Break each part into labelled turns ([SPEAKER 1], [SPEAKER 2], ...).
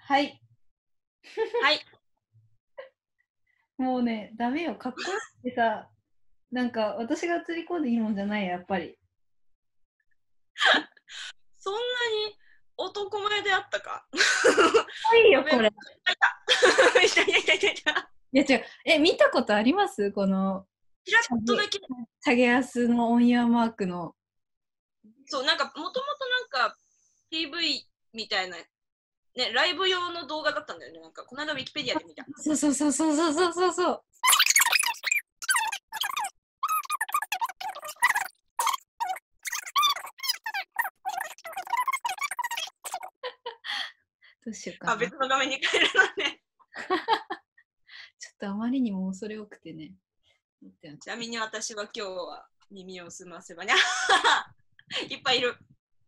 [SPEAKER 1] はい。
[SPEAKER 2] はい。
[SPEAKER 1] もうね、ダメよ。かっこよくてさ、なんか私が映り込んでいいもんじゃないよ、やっぱり。
[SPEAKER 2] そんなに男前であったか。
[SPEAKER 1] いいよ、
[SPEAKER 2] ごめん。
[SPEAKER 1] これ。
[SPEAKER 2] いたいたいたいたいた。
[SPEAKER 1] いや違う。見たことありますこの、
[SPEAKER 2] ちらっとだけ。
[SPEAKER 1] チャゲアスのオンイヤーマークの。
[SPEAKER 2] そう、なんか、もともとなんか、PV みたいな、ね、ライブ用の動画だったんだよね。なんか、この間ウィキペディアで見た。
[SPEAKER 1] そうそうそうそうそうそうそうそう。どうしようか
[SPEAKER 2] あ、
[SPEAKER 1] な。
[SPEAKER 2] 別の画面に変えるのね。
[SPEAKER 1] ちょっとあまりにも恐れ多くてね。
[SPEAKER 2] ちなみに私は今日は耳を澄ませばにゃ。いっぱいいる。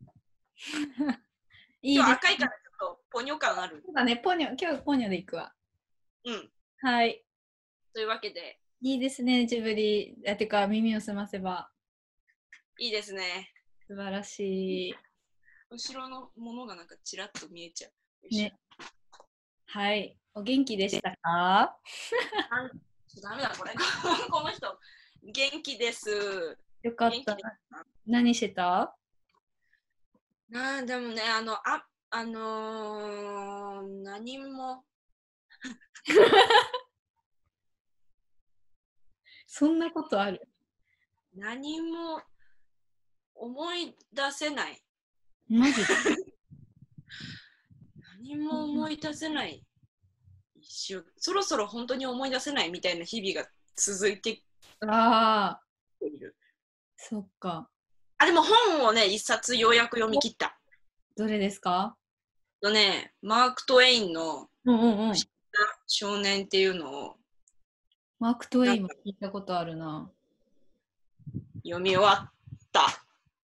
[SPEAKER 1] いいです。
[SPEAKER 2] 今日赤いからちょっとポニョ感ある。
[SPEAKER 1] そうだね、ポニョ、今日ポニョで行くわ。
[SPEAKER 2] うん。
[SPEAKER 1] はい。
[SPEAKER 2] というわけで、
[SPEAKER 1] いいですね、ジブリ。てか、耳を澄ませば。
[SPEAKER 2] いいですね。
[SPEAKER 1] 素晴らし
[SPEAKER 2] 後ろのものがなんかちらっと見えちゃう。よい
[SPEAKER 1] い。
[SPEAKER 2] しょ。
[SPEAKER 1] ね。はい。お元気でしたか？
[SPEAKER 2] ダメだこれ。この人、元気です。
[SPEAKER 1] よかった。
[SPEAKER 2] 元気です。
[SPEAKER 1] 何してた？
[SPEAKER 2] でもね、何も。
[SPEAKER 1] そんなことある？
[SPEAKER 2] 何も思い出せない。
[SPEAKER 1] マジで？
[SPEAKER 2] 何も思い出せない。そろそろ本当に思い出せないみたいな日々が続いてい
[SPEAKER 1] ああ、
[SPEAKER 2] る。
[SPEAKER 1] そっか。
[SPEAKER 2] あ、でも本をね、一冊ようやく読み切った。
[SPEAKER 1] どれですか？
[SPEAKER 2] マーク・トウェインの
[SPEAKER 1] うんうんうん。
[SPEAKER 2] 不思議な少年っていうのを
[SPEAKER 1] マーク・トウェインも
[SPEAKER 2] なんか
[SPEAKER 1] 聞いたことあるな。
[SPEAKER 2] 読み終わった。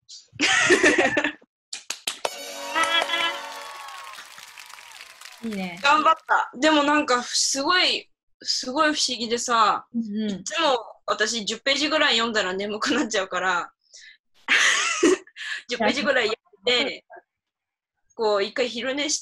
[SPEAKER 1] いいね。
[SPEAKER 2] 頑張った。でもなんかすごい不思議でさ、
[SPEAKER 1] うんうん。
[SPEAKER 2] いつも私10ページぐらい読んだら眠くなっちゃうから、10ページぐらい読んで、こう一回昼寝して、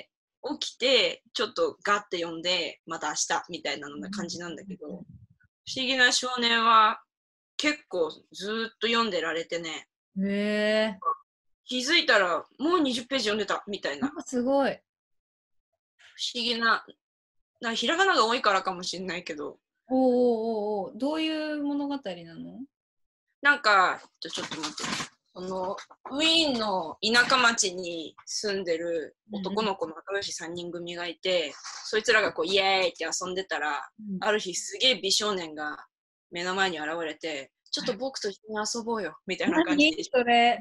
[SPEAKER 2] 起きて、ちょっとガッて読んで、また明日みたいな感じなんだけど、不思議な少年は結構ずっと読んでられてね、
[SPEAKER 1] へえ。
[SPEAKER 2] 気づいたらもう20ページ読んでたみたいな、
[SPEAKER 1] すごい。
[SPEAKER 2] 不思議な、ひらがなが多いからかもしれないけど、
[SPEAKER 1] おーおーおーおー、どういう物語なの？
[SPEAKER 2] なんか、ちょっと待って、ウィーンの田舎町に住んでる男の子の仲良し3人組がいて、そいつらがこうイエーイって遊んでたら、ある日すげえ美少年が目の前に現れて、ちょっと僕と一緒に遊ぼうよみたいな感じで。
[SPEAKER 1] 何それ？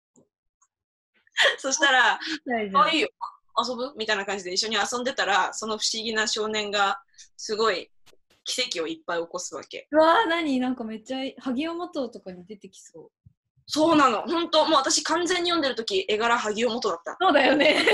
[SPEAKER 2] そしたら、
[SPEAKER 1] 大じゃん。
[SPEAKER 2] いいよ、遊ぶみたいな感じで一緒に遊んでたら、その不思議な少年がすごい奇跡をいっぱい起こすわけ。
[SPEAKER 1] うわー、何なんかめっちゃ、萩尾元とかに出てきそう。
[SPEAKER 2] そうなの、本当もう私完全に読んでる時絵柄萩尾元だった。
[SPEAKER 1] そうだよね。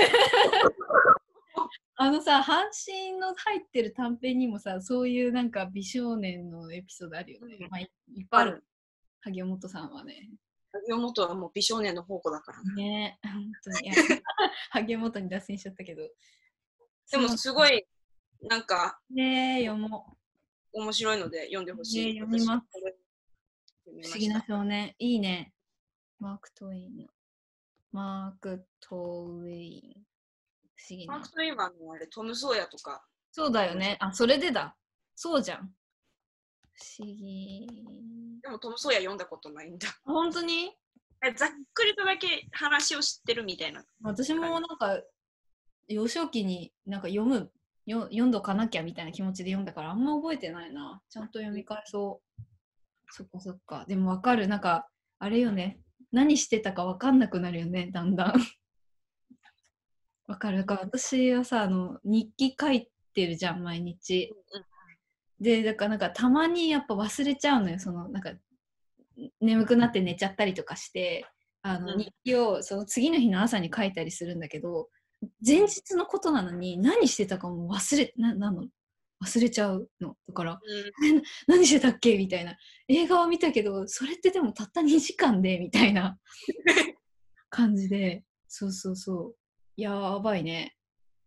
[SPEAKER 1] あのさ、阪神の入ってる短編にもさ、そういうなんか美少年のエピソードあるよね。まあ、いっぱいある。萩尾元さんはね。
[SPEAKER 2] 萩尾元はもう美少年の宝庫だからな。
[SPEAKER 1] ね、本当に。萩尾元に脱線しちゃったけど。
[SPEAKER 2] でも
[SPEAKER 1] そう
[SPEAKER 2] すごいなんか
[SPEAKER 1] ね、読も
[SPEAKER 2] 面白いので読んでほ
[SPEAKER 1] う。
[SPEAKER 2] しい。
[SPEAKER 1] 読みます。
[SPEAKER 2] これ読み
[SPEAKER 1] 不思議な
[SPEAKER 2] ました。
[SPEAKER 1] 少年。いいね。マーク・トウェインの。マーク・トウェイン。不思議な。
[SPEAKER 2] マーク・トウェインはあれトム・ソーヤとか。
[SPEAKER 1] そうだよね。あ、それでだ。そうじゃん。不思議。
[SPEAKER 2] でもトム・ソーヤ読んだことないんだ。
[SPEAKER 1] 本当に？
[SPEAKER 2] ざっくりとだけ話を知ってるみたいな。
[SPEAKER 1] 私もなんか幼少期になんか読んどかなきゃみたいな気持ちで読んだからあんま覚えてないな。ちゃんと読み返そう。そっかそっか。でもわかる。なんかあれよね。何してたかわかんなくなるよね。だんだん。わかる。だから私はさ、日記書いてるじゃん、毎日。で、だからなんかたまにやっぱ忘れちゃうのよ。なんか眠くなって寝ちゃったりとかして、日記をその次の日の朝に書いたりするんだけど、前日のことなのに何してたかも忘れちゃうの。だから、何してたっけみたいな。映画を見たけど、それってでもたった2時間でみたいな感じで、そうそうそう。やばいね。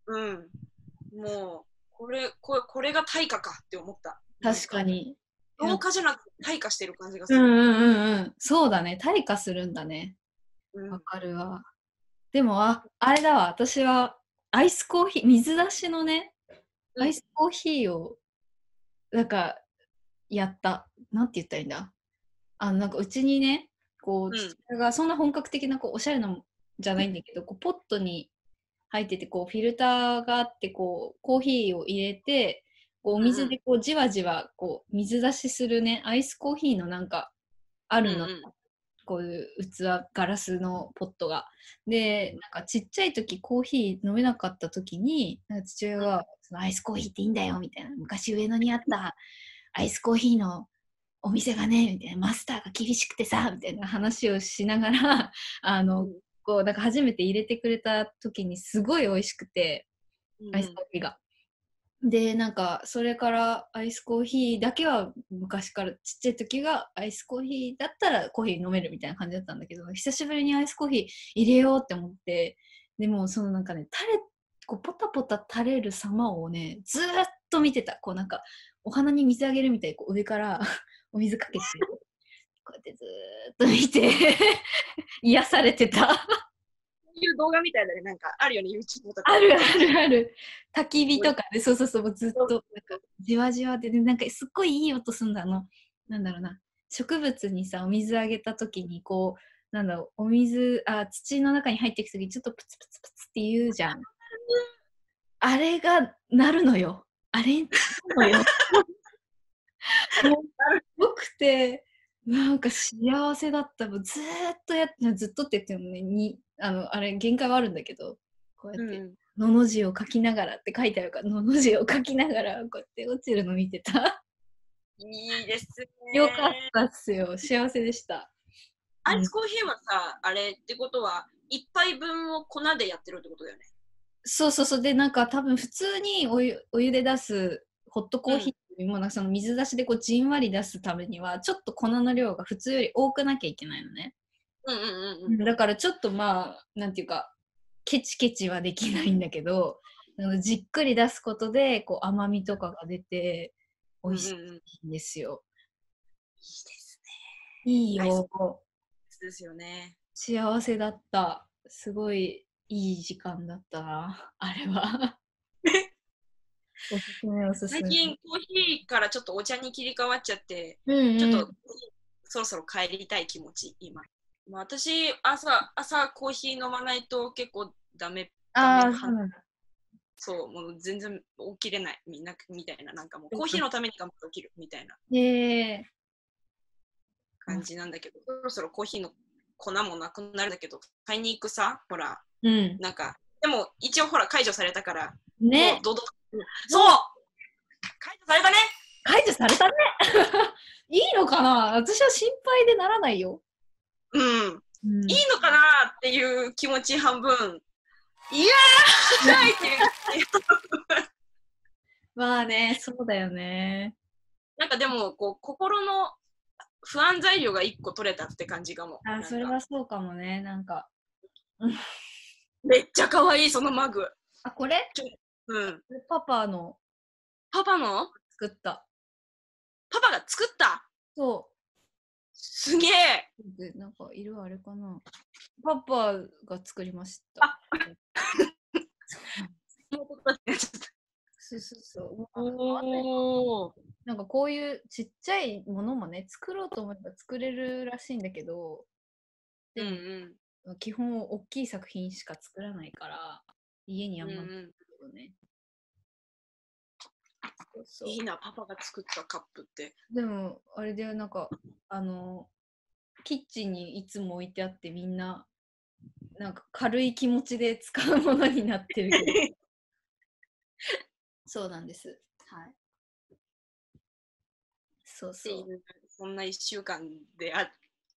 [SPEAKER 2] もうこれが対価かって思った。
[SPEAKER 1] 確かに。
[SPEAKER 2] 同化じゃなくて対価してる感じがする。
[SPEAKER 1] うんうんうんうん。そうだね。退化するんだね。わかるわ。でも、あれだわ。私はアイスコーヒー、水出しのね、アイスコーヒーを、なんか、やった。なんて言ったらいいんだ。なんかうちにね、こう、父親がそんな本格的な、こう、おしゃれなじゃないんだけど、こう、ポットに入ってて、こう、フィルターがあって、こう、コーヒーを入れて、こう、お水でこう、じわじわ、こう、水出しするね、アイスコーヒーのなんか、あるの。こういう器、ガラスのポットが。で、なんかちっちゃい時コーヒー飲めなかった時に、なんか父親が、そのアイスコーヒーっていいんだよ、みたいな。昔上野にあったアイスコーヒーのお店がね、みたいな。マスターが厳しくてさ、みたいな話をしながら、こう、なんか初めて入れてくれた時にすごい美味しくて、アイスコーヒーが。で、なんか、それからアイスコーヒーだけは昔からちっちゃい時がアイスコーヒーだったらコーヒー飲めるみたいな感じだったんだけど、久しぶりにアイスコーヒー入れようって思って、でもそのなんかね、こうポタポタ垂れる様をね、ずーっと見てた。こうなんか、お花に水あげるみたいにこう上からお水かけて、こうやってずーっと見て癒されてた。
[SPEAKER 2] いう動画みたいなね、なんかあるよね、YouTube とか。
[SPEAKER 1] あるあるある。焚き火とかで、そうそうそう、ずっと、なんか、じわじわで、なんか、すっごいいい音すんだ、なんだろうな、植物にさ、お水あげたときに、こう、なんだろう、土の中に入っていくときに、ちょっとプツプツプツって言うじゃん。あれが鳴るのよ。あれ、鳴るのよ。もう、すごくて、なんか幸せだった。もうずーっとずっとって言ってもね、あれ、限界はあるんだけど、こうやって、のの字を書きながらって書いてあるから、のの字を書きながら、こうやって落ちるの見てた。
[SPEAKER 2] いいですね。
[SPEAKER 1] よかったっすよ。幸せでした。
[SPEAKER 2] アイスコーヒーはさ、あれってことは、一杯分を粉でやってるってことだよね。
[SPEAKER 1] そうそうそう。で、なんか多分普通にお湯で出すホットコーヒーよりも、なんかその水出しでこうじんわり出すためには、ちょっと粉の量が普通より多くなきゃいけないのね。だからちょっとまあ、なんていうか、ケチケチはできないんだけど、じっくり出すことでこう甘みとかが出て美味しいんですよ。
[SPEAKER 2] いいです
[SPEAKER 1] ね。いいよ。
[SPEAKER 2] ですよね。
[SPEAKER 1] 幸せだった。すごいいい時間だったな、あれは。おすすめおすすめ。
[SPEAKER 2] 最近コーヒーからちょっとお茶に切り替わっちゃって、ちょっとそろそろ帰りたい気持ち、今。私、朝コーヒー飲まないと結構ダメ。そう、もう全然起きれない、みんなみたいな、なんかもうコーヒーのために頑張って起きるみたいな感じなんだけど、そろそろコーヒーの粉もなくなるんだけど、買いに行くさ、ほら、なんか、でも一応ほら解除されたから、
[SPEAKER 1] ね、
[SPEAKER 2] もうそう解除されたね。
[SPEAKER 1] 解除されたね。いいのかな、私は心配でならないよ。
[SPEAKER 2] いいのかなっていう気持ち半分、いやーないっていう
[SPEAKER 1] まあね、そうだよね。
[SPEAKER 2] なんかでもこう心の不安材料が1個取れたって感じかも。
[SPEAKER 1] それはそうかもね。なんか
[SPEAKER 2] めっちゃ可愛いそのマグ。
[SPEAKER 1] これ？パパの作った。
[SPEAKER 2] パパが作った？
[SPEAKER 1] そう。
[SPEAKER 2] すげえ。
[SPEAKER 1] なんか色あれかな。パパが作りました。そうそうそう。なんかこういうちっちゃいものもね、作ろうと思えば作れるらしいんだけど、でも、基本大きい作品しか作らないから、家にあんまないけどね。
[SPEAKER 2] いいな、パパが作ったカップって。
[SPEAKER 1] でも、あれでなんか、キッチンにいつも置いてあってみんな、なんか軽い気持ちで使うものになってるけど。そうなんです。はい。そうそう。
[SPEAKER 2] そんな1週間であ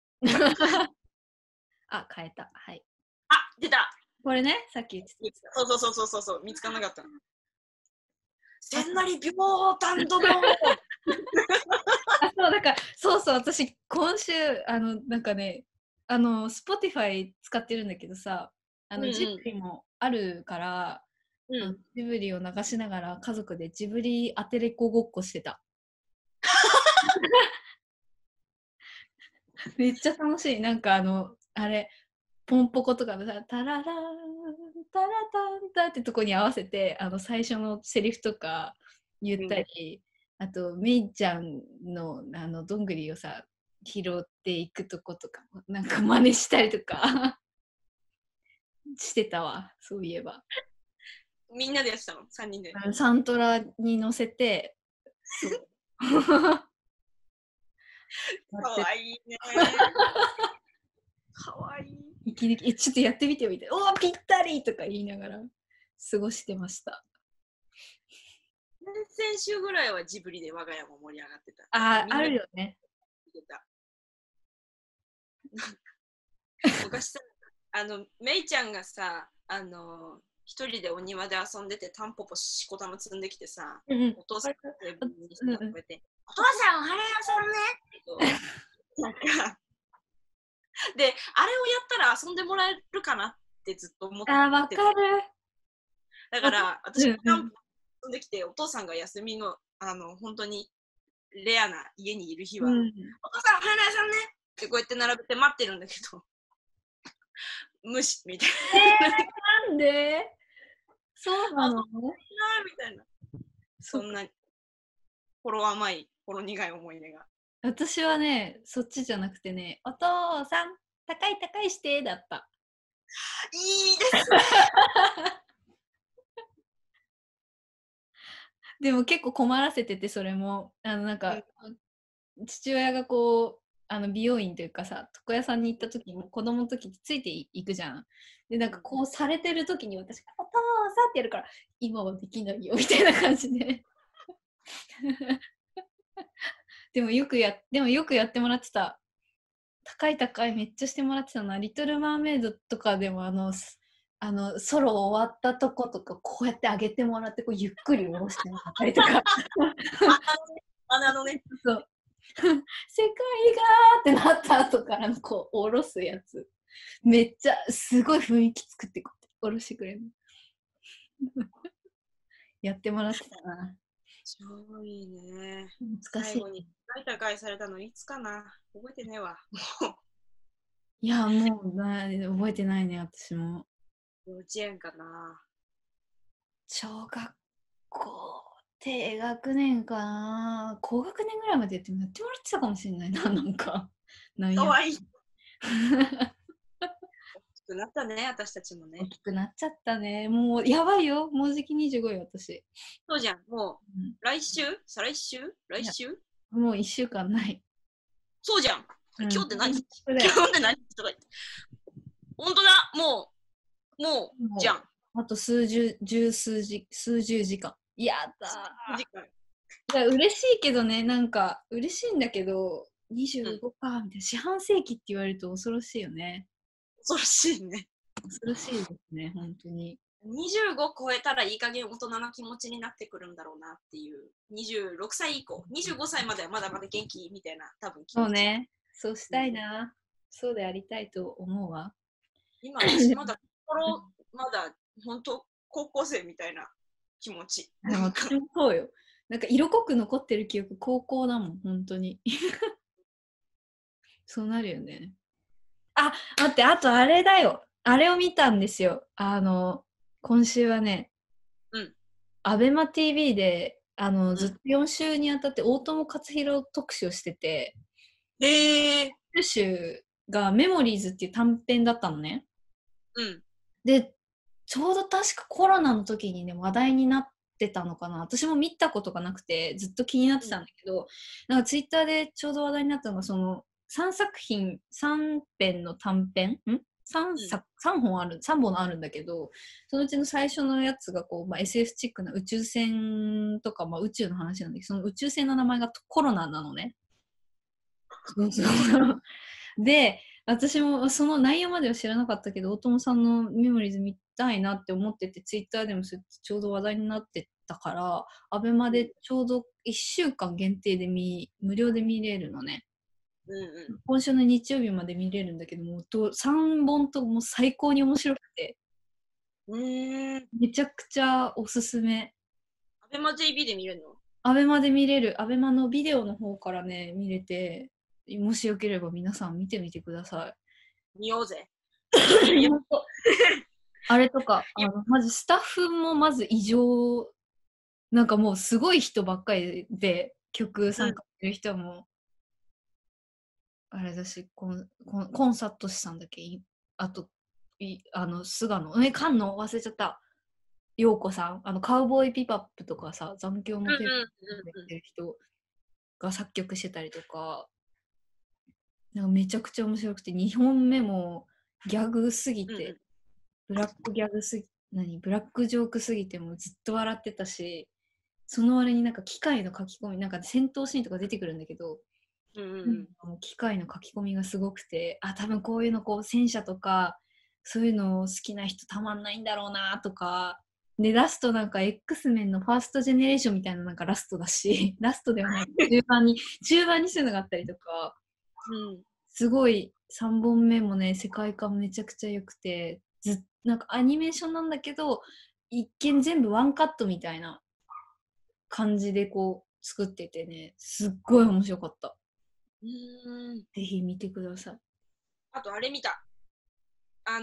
[SPEAKER 1] 変えた。はい。
[SPEAKER 2] 出た。
[SPEAKER 1] これね、さっき言って
[SPEAKER 2] た。そう、見つからなかった。千成秒担当
[SPEAKER 1] そう、だから、そう、私、今週、なんかね、Spotify 使ってるんだけどさ、ジブリもあるから、
[SPEAKER 2] うん。
[SPEAKER 1] ジブリを流しながら家族でジブリアテレコごっこしてた。めっちゃ楽しい。なんかあれ、ポンポコとかのさ、タララーン、タラタンタってとこに合わせて、最初のセリフとか言ったり、あと、メイちゃんの、どんぐりをさ、拾っていくとことかも、なんか真似したりとかしてたわ、そういえば。
[SPEAKER 2] みんなでやってたの ?3 人で。
[SPEAKER 1] サントラに乗せて、そう。
[SPEAKER 2] かわいいね。かわいい。
[SPEAKER 1] 息抜き、ちょっとやってみてみたいな。おーぴったりとか言いながら過ごしてました。
[SPEAKER 2] 先週ぐらいはジブリで我が家も盛り上がってた。
[SPEAKER 1] あるよね。
[SPEAKER 2] 昔さ、メイちゃんがさ、一人でお庭で遊んでて、タンポポしこたま積んできてさ、
[SPEAKER 1] うんうん、
[SPEAKER 2] お父さんがテーブルにして
[SPEAKER 1] うんうん、
[SPEAKER 2] こうやって、お父さん、お花屋さんねってなんか、で、あれをやったら遊んでもらえるかなってずっと思って
[SPEAKER 1] わかる。
[SPEAKER 2] だから、私、
[SPEAKER 1] うんうん、
[SPEAKER 2] タンポポ積んできて、お父さんが休みの、本当にレアな家にいる日は、
[SPEAKER 1] うん、
[SPEAKER 2] お父さん、お花屋さんねってこうやって並べて待ってるんだけど、無視みたい
[SPEAKER 1] なんでそうなの？
[SPEAKER 2] な、みたいな。そんな、ほろ甘い、ほろ苦い思い出が。
[SPEAKER 1] 私はね、そっちじゃなくてね、お父さん、高い高いしてだった。
[SPEAKER 2] いいですね。
[SPEAKER 1] でも結構困らせてて、それも、なんか、父親がこう、美容院というかさ、床屋さんに行った時も子供の時ついていくじゃん。で、なんかこうされてる時に私が、お父さんってやるから、今はできないよみたいな感じで。でもよくやってもらってた。高い高いめっちゃしてもらってたな。リトル・マーメイドとかでもソロ終わったとことかこうやって上げてもらってこうゆっくり下ろしてもらったりとか。
[SPEAKER 2] 穴のね。
[SPEAKER 1] そう。世界がーってなった後からのこう下ろすやつ。めっちゃすごい雰囲気作ってこう下ろしてくれるの。やってもらってたな。
[SPEAKER 2] 超いいね。
[SPEAKER 1] 難しい。
[SPEAKER 2] 最後に大会されたのいつかな覚えてねえわ。
[SPEAKER 1] いや、もう覚えてないね、私も。
[SPEAKER 2] 幼稚園かな。
[SPEAKER 1] 小学校、低学年かな。高学年ぐらいまでやってもらってたかもしれないな、なんか。なんや。
[SPEAKER 2] かわいい。大きくなったね、私たちもね。
[SPEAKER 1] 大きくなっちゃったね。もう、やばいよ。もうじき25よ、私。
[SPEAKER 2] そうじゃん、もう、
[SPEAKER 1] うん、
[SPEAKER 2] 来週再来週来週
[SPEAKER 1] もう1週間ない。
[SPEAKER 2] そうじゃん。
[SPEAKER 1] うん、
[SPEAKER 2] 今日って何日今日って何日とか言って。本当だもう、じゃん。
[SPEAKER 1] あと数十時間。やだー。いや、嬉しいけどね、なんか、嬉しいんだけど、25か、みたいな。四半世紀って言われると恐ろしいよね。
[SPEAKER 2] 恐ろしいね。
[SPEAKER 1] 恐ろしいですね、本当に。
[SPEAKER 2] 25超えたらいい加減大人の気持ちになってくるんだろうなっていう。26歳以降、25歳まではまだまだ元気みたいな、多分気持ち。
[SPEAKER 1] そうね。そうしたいな。そうでありたいと思うわ。
[SPEAKER 2] 今、私まだまだ本当高校生みたいな気持ち。
[SPEAKER 1] 私もそうよ。なんか色濃く残ってる記憶、高校だもん、本当に。そうなるよね。あ、待って、あとあれだよ。あれを見たんですよ。今週はね、
[SPEAKER 2] うん。
[SPEAKER 1] アベマ TV で、
[SPEAKER 2] うん
[SPEAKER 1] ずっと4週にあたって大友克洋特集をしてて、
[SPEAKER 2] へえ。
[SPEAKER 1] 特集がメモリーズっていう短編だったのね。
[SPEAKER 2] うん。
[SPEAKER 1] で、ちょうど確かコロナの時にね、話題になってたのかな。私も見たことがなくて、ずっと気になってたんだけど、なんかツイッターでちょうど話題になったのが、その3作品、3編の短編 3本ある、3本あるんだけど、そのうちの最初のやつがこう、SF チックな宇宙船とか、宇宙の話なんだけど、その宇宙船の名前がコロナなのね。そうそうで、私もその内容までは知らなかったけど、大友さんのメモリーズ見たいなって思ってて、ツイッターでもちょうど話題になってたから、アベマでちょうど1週間限定で無料で見れるのね。
[SPEAKER 2] うんうん。
[SPEAKER 1] 今週の日曜日まで見れるんだけども、3本とも最高に面白くて。 めちゃくちゃおすすめ。
[SPEAKER 2] アベマ TV で見れるの？
[SPEAKER 1] アベマで見れる。アベマのビデオの方からね、見れて、もしよければ皆さん見てみてくださ
[SPEAKER 2] 見ようぜ。
[SPEAKER 1] い。あれとか、まずスタッフもまず異常、なんかもうすごい人ばっかりで、曲参加してる人も、あれだし、コンサート師さんだっけ、あと、菅野、菅野忘れちゃった。陽子さん、カウボーイビバップとかさ、残響もテーマやってる人が作曲してたりとか、なんかめちゃくちゃ面白くて、2本目もギャグすぎて、ブラックギャグすぎ、ブラックジョークすぎてもずっと笑ってたし、その割になんか機械の書き込み、なんか戦闘シーンとか出てくるんだけど、もう機械の書き込みがすごくて、多分こういうのこう戦車とかそういうの好きな人たまんないんだろうなとかで、ラストなんか X メンのファーストジェネレーションみたいななんかラストだしラストではない中盤にそういうのがあったりとか、すごい3本目もね世界観めちゃくちゃ良くて、なんかアニメーションなんだけど一見全部ワンカットみたいな感じでこう作っててね、すっごい面白かった。ぜひ見てください。
[SPEAKER 2] あとあれ見た。あ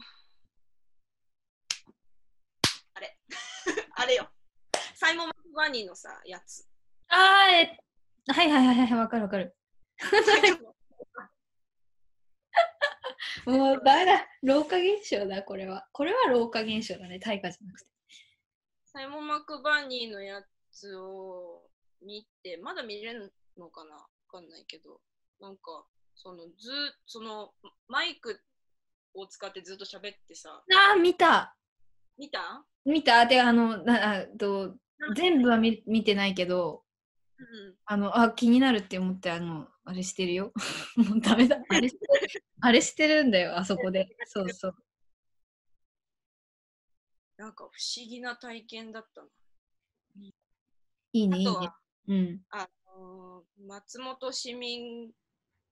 [SPEAKER 2] れあれよ。サイモン・マクバーニーのさ、やつ。
[SPEAKER 1] はいはいはいはい、わかるわかる。もうダメだ。老化現象だ、これは。これは老化現象だね、対価じゃなくて。
[SPEAKER 2] サイモン・マクバーニーのやつを見て、まだ見れるのかなわかんないけど、なんか、そのマイクを使ってずっと喋ってさ。
[SPEAKER 1] 見た
[SPEAKER 2] 見た
[SPEAKER 1] で、全部は見てないけど、気になるって思って、あれしてるよ。もうダメだ。あれしてるんだよ、あそこで。そうそう。
[SPEAKER 2] なんか不思議な体験だったな。
[SPEAKER 1] いいね、いいね。
[SPEAKER 2] うん。松本市民、違う、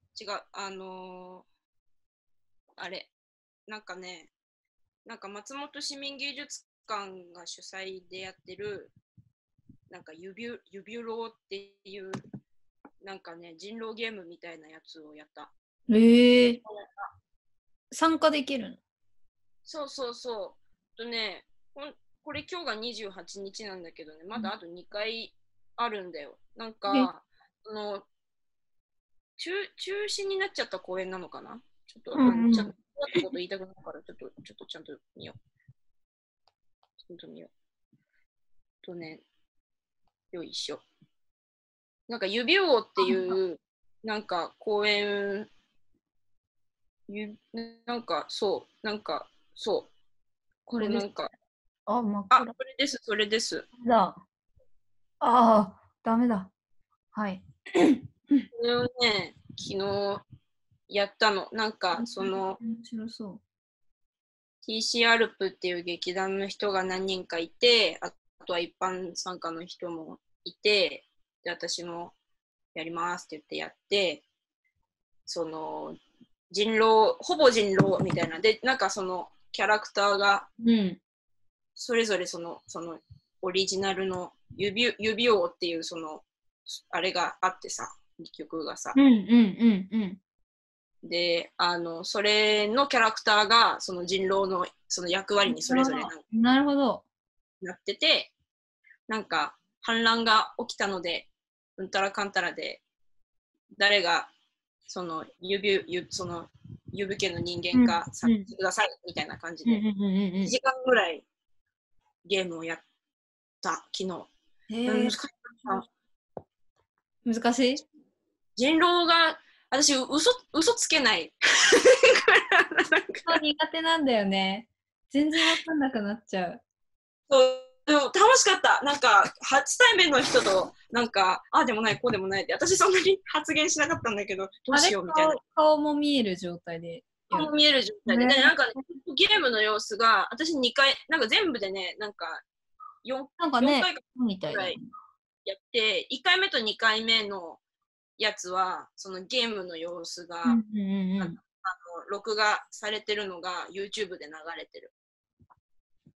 [SPEAKER 2] あれ、なんかね、なんか松本市民芸術館が主催でやってる、なんか指ろうっていう、なんかね、人狼ゲームみたいなやつをやった。
[SPEAKER 1] 参加できるの？
[SPEAKER 2] そうそうそう。これ今日が28日なんだけどね、まだあと2回あるんだよ。なんか、中止になっちゃった公演なのかな。ちょっと、ちゃんとこと言いたくないから、ちょっとちゃんと見よう。ちゃんと見よう。よいしょ。なんか指王っていう、なんか公演、なんかそう。
[SPEAKER 1] これ
[SPEAKER 2] なんか、
[SPEAKER 1] 真っ暗。
[SPEAKER 2] それです。
[SPEAKER 1] ダメだ。はい。
[SPEAKER 2] これをね、昨日やったの。なんか、
[SPEAKER 1] 面白そう。
[SPEAKER 2] TC アルプっていう劇団の人が何人かいて、あとは一般参加の人もいて、で、私もやりますって言ってやって、ほぼ人狼みたいな。で、なんかそのキャラクターが、それぞれそのオリジナルの指王っていうあれがあってさ、曲がさ。で、それのキャラクターが、その人狼のその役割にそれぞれ
[SPEAKER 1] なるほど。
[SPEAKER 2] なってて、なんか反乱が起きたので、うんたらかんたらで、誰がその指家の人間か探してくださいみたいな感じで、1時間ぐらいゲームをやった昨日。
[SPEAKER 1] 難しい？
[SPEAKER 2] 人狼が私嘘つけない。
[SPEAKER 1] 苦手なんだよね。全然わかんなくなっちゃう。
[SPEAKER 2] でも楽しかった。なんか初対面の人となんかでもないこうでもないって、私そんなに発言しなかったんだけど、どうしようみたいな。
[SPEAKER 1] 顔も見える状態で。
[SPEAKER 2] 顔も見える状態で、なんか、ね、ゲームの様子が私2回、なんか全部でね、なんか4回ぐらいやって、1回目と2回目のやつはそのゲームの様子が、録画されてるのが YouTube で流れてる。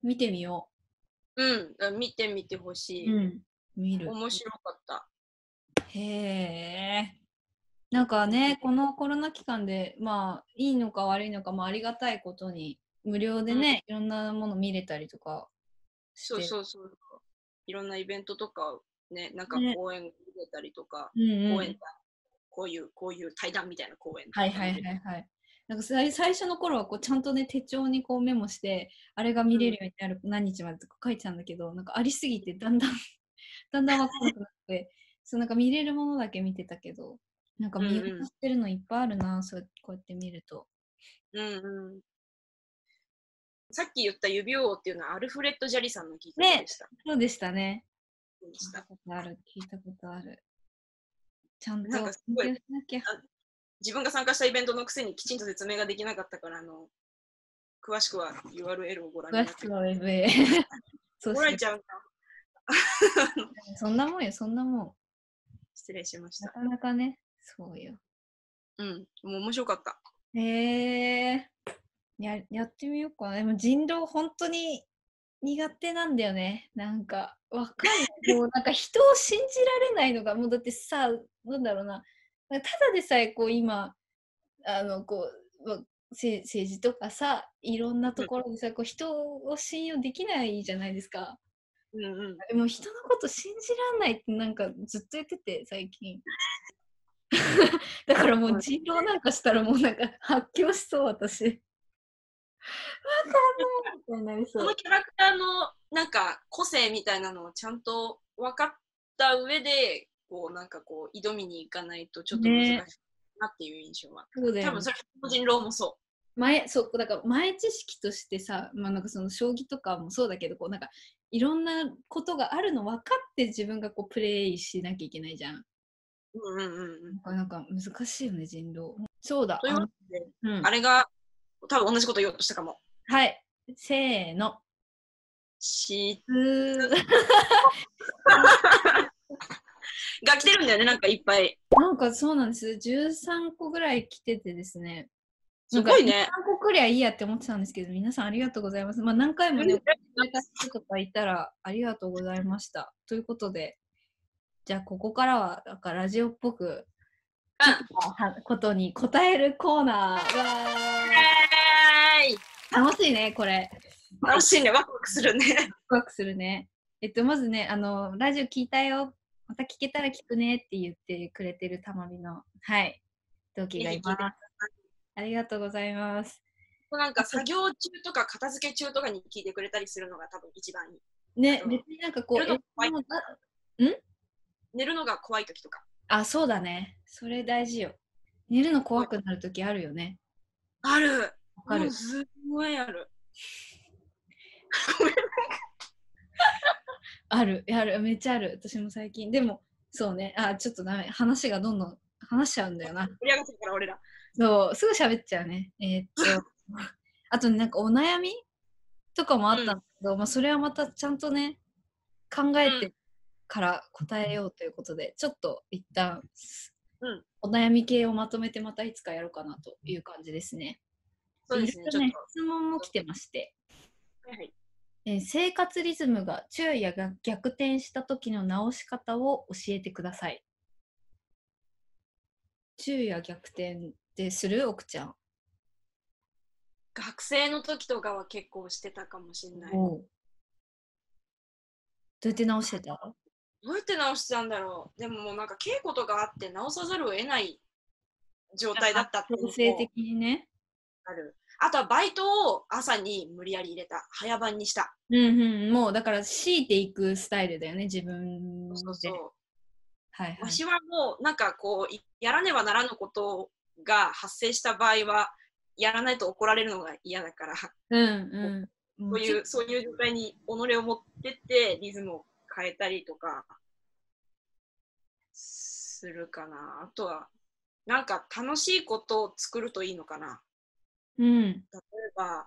[SPEAKER 1] 見てみよ
[SPEAKER 2] うん、見てみてほし
[SPEAKER 1] う。
[SPEAKER 2] い。
[SPEAKER 1] うん。見る。
[SPEAKER 2] 面白かった。
[SPEAKER 1] へえ。なんかね、このコロナ期間で、まあ、いいのか悪いのか、まあ、ありがたいことに、無料で
[SPEAKER 2] うん、
[SPEAKER 1] ね、いろんなもの見れたりとかし
[SPEAKER 2] そう
[SPEAKER 1] て。
[SPEAKER 2] そうそう。いろんなイベントとかね、なんか
[SPEAKER 1] ね。
[SPEAKER 2] 公演見れたりとか、
[SPEAKER 1] うんう
[SPEAKER 2] 公演
[SPEAKER 1] ん。
[SPEAKER 2] こういう対談みたいな公演
[SPEAKER 1] はいはい
[SPEAKER 2] とか見れ
[SPEAKER 1] はいはい。なんか最初の頃はこうちゃんとね手帳にこうメモしてあれが見れるようになる何日までとか書いてたんだけどなんかありすぎてだんだんだんだん分かんなくなってそうなんか見れるものだけ見てたけどなんか見
[SPEAKER 2] うんうん
[SPEAKER 1] 渡してるのいっぱいあるなそうこうやって見ると。
[SPEAKER 2] うんうん。さっき言った指王っていうのはアルフレッド・ジャリさんのきっかけ
[SPEAKER 1] ね、
[SPEAKER 2] でした。
[SPEAKER 1] そうでしたね。
[SPEAKER 2] でした。
[SPEAKER 1] 聞いたことある聞いたことある。ちゃん
[SPEAKER 2] なん
[SPEAKER 1] と
[SPEAKER 2] かすごい、
[SPEAKER 1] 勉強しなきゃ。
[SPEAKER 2] 自分が参加したイベントのくせにきちんと説明ができなかったから、詳しくは URL をご覧になって
[SPEAKER 1] 詳しくはウェブへ。そうしよ
[SPEAKER 2] 怒られちゃうな。
[SPEAKER 1] う。そんなもんよそんなも
[SPEAKER 2] 失礼しまし
[SPEAKER 1] ん。な
[SPEAKER 2] た。
[SPEAKER 1] かなかねそうよ。
[SPEAKER 2] うん、もう面白かった。
[SPEAKER 1] へえ。やってみようかな。でも人狼本当に苦手なんだよね。なんか、わかんない。もうなんか人を信じられないのが、もうだってさ、なんだろうな。ただでさえこう今、こう、政治とかさ、いろんなところでさ、こう人を信用できないじゃないですか。
[SPEAKER 2] うんうん。
[SPEAKER 1] でも人のこと信じらんないってなんかずっと言ってて、最近。だからもう人狼なんかしたらもうなんか発狂しそう、私。わかんないみたいになりそう。
[SPEAKER 2] そのキャラクターのなんか個性みたいなのをちゃんと分かった上で、こうなんかこう挑みに行かないとちょっと難しい
[SPEAKER 1] ね、
[SPEAKER 2] なっていう印象は。
[SPEAKER 1] そうだよね。
[SPEAKER 2] 多分それ個人狼もそ
[SPEAKER 1] そうだから前知識としてさ、まあ、なんかその将棋とかもそうだけどこうなんかいろんなことがあるの分かって自分がこうプレイしなきゃいけないじゃん。
[SPEAKER 2] う。うんうんうんうん。
[SPEAKER 1] なんか難しいよね人狼。そうだ
[SPEAKER 2] というわけで、
[SPEAKER 1] うん、
[SPEAKER 2] あれが多分同じこと言おうとしたかも。
[SPEAKER 1] はいせーの
[SPEAKER 2] し
[SPEAKER 1] うー
[SPEAKER 2] が来てるんだよね、なんかいっぱい。
[SPEAKER 1] なんかそうなんです13個ぐらい来ててですねなんか2、
[SPEAKER 2] すごいね。
[SPEAKER 1] 3個くりゃいいやって思ってたんですけど皆さんありがとうございます。まあ何回もね、くれた人とかいたらありがとうございました。ということでじゃあここからはなんかラジオっぽく来たことに答えるコーナー。
[SPEAKER 2] イエーイ
[SPEAKER 1] 楽しいね、これ。
[SPEAKER 2] 楽しいね、ワクワクするね。
[SPEAKER 1] ワクワクするね。まずね、ラジオ聞いたよ。また聞けたら聞くねって言ってくれてるたまびの、はい、同期がいます。ありがとうございます。
[SPEAKER 2] なんか作業中とか片付け中とかに聞いてくれたりするのが多分一番いい。
[SPEAKER 1] ね、別になんかこう、
[SPEAKER 2] 寝るのが怖い時とか。
[SPEAKER 1] あ、そうだね。それ大事よ。寝るの怖くなる時あるよね。
[SPEAKER 2] ある。
[SPEAKER 1] わかる。
[SPEAKER 2] すごいある。
[SPEAKER 1] ある、めっちゃある。私も最近。でも、そうね。ちょっとダメ。話がどんどん話しちゃうんだよな。
[SPEAKER 2] 盛り上がってるから、俺ら。
[SPEAKER 1] そう、すぐ喋っちゃうね。あとなんかお悩みとかもあったんだけど、まあそれはまたちゃんとね、考えてから答えようということで、ちょっと一旦、お悩み系をまとめてまたいつかやろうかなという感じですね。
[SPEAKER 2] そうですね、
[SPEAKER 1] いろいろね、質問も来てまして。
[SPEAKER 2] はいはい。
[SPEAKER 1] 生活リズムが昼夜が逆転した時の直し方を教えてください。昼夜逆転ってする奥ちゃん。
[SPEAKER 2] 学生の時とかは結構してたかもしれない。
[SPEAKER 1] どうやって直してた？
[SPEAKER 2] どうやって直してたんだろう。でももうなんか稽古とかあって直さざるを得ない状態だったっていうのも
[SPEAKER 1] 強制的にね。
[SPEAKER 2] ある。あとはバイトを朝に無理やり入れた。早番にした。
[SPEAKER 1] もうだから強いていくスタイルだよね、自分で。
[SPEAKER 2] そうそう。
[SPEAKER 1] はいはい。
[SPEAKER 2] わしはもうなんかこうやらねばならぬことが発生した場合はやらないと怒られるのが嫌だから、そういう状態に己を持ってってリズムを変えたりとかするかな。あとはなんか楽しいことを作るといいのかな。例えば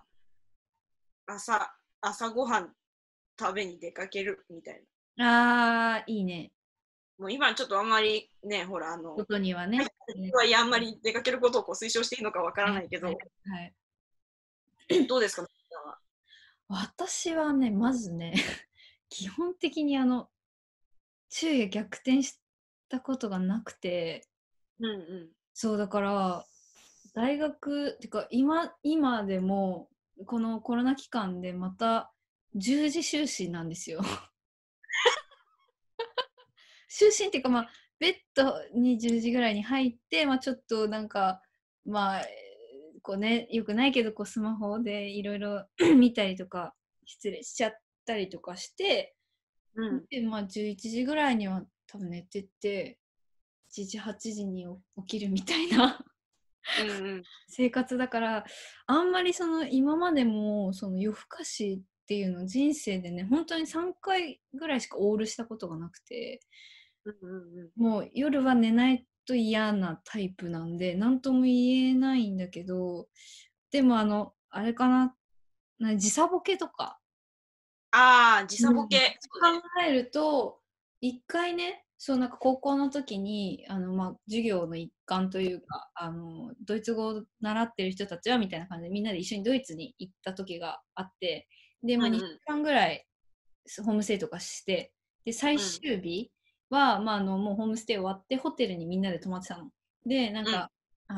[SPEAKER 2] 朝ごはん食べに出かけるみたい
[SPEAKER 1] な。いいね。
[SPEAKER 2] もう今ちょっとあんまりね、ほら
[SPEAKER 1] ことにはね。
[SPEAKER 2] あんまり出かけることをこう推奨していいのかわからないけど、どうですか？
[SPEAKER 1] 私はね、まずね、基本的に昼夜逆転したことがなくて、
[SPEAKER 2] うんうん。
[SPEAKER 1] そうだから、大学、てか今でも、このコロナ期間でまた10時就寝なんですよ。就寝っていうか、まあ、ベッドに10時ぐらいに入って、まあ、ちょっとなんか、まあ、こうね、よくないけど、こうスマホでいろいろ見たりとか、失礼しちゃったりとかして、
[SPEAKER 2] うん。
[SPEAKER 1] で、まあ、11時ぐらいには多分寝てて、7時、8時に起きるみたいな
[SPEAKER 2] うんうん。
[SPEAKER 1] 生活だから、あんまりその今までもその夜更かしっていうの人生でね、本当に3回ぐらいしかオールしたことがなくて、
[SPEAKER 2] うんうんうん。
[SPEAKER 1] もう夜は寝ないと嫌なタイプなんで、なんとも言えないんだけど、でもあれかな、時差ボケとか、
[SPEAKER 2] ああ、時差ボ
[SPEAKER 1] 考
[SPEAKER 2] ケ。そうね。
[SPEAKER 1] えると、一回ね、そうなんか高校の時に、まあ、授業の一環というか、ドイツ語を習ってる人たちはみたいな感じで、みんなで一緒にドイツに行った時があって、で、まあ、2
[SPEAKER 2] うんうん。
[SPEAKER 1] 週間ぐらいホームステイとかして、で、最
[SPEAKER 2] うん。
[SPEAKER 1] 終日は、まあ、もうホームステイ終わって、ホテルにみんなで泊まってたの。で、なん
[SPEAKER 2] うん。
[SPEAKER 1] か、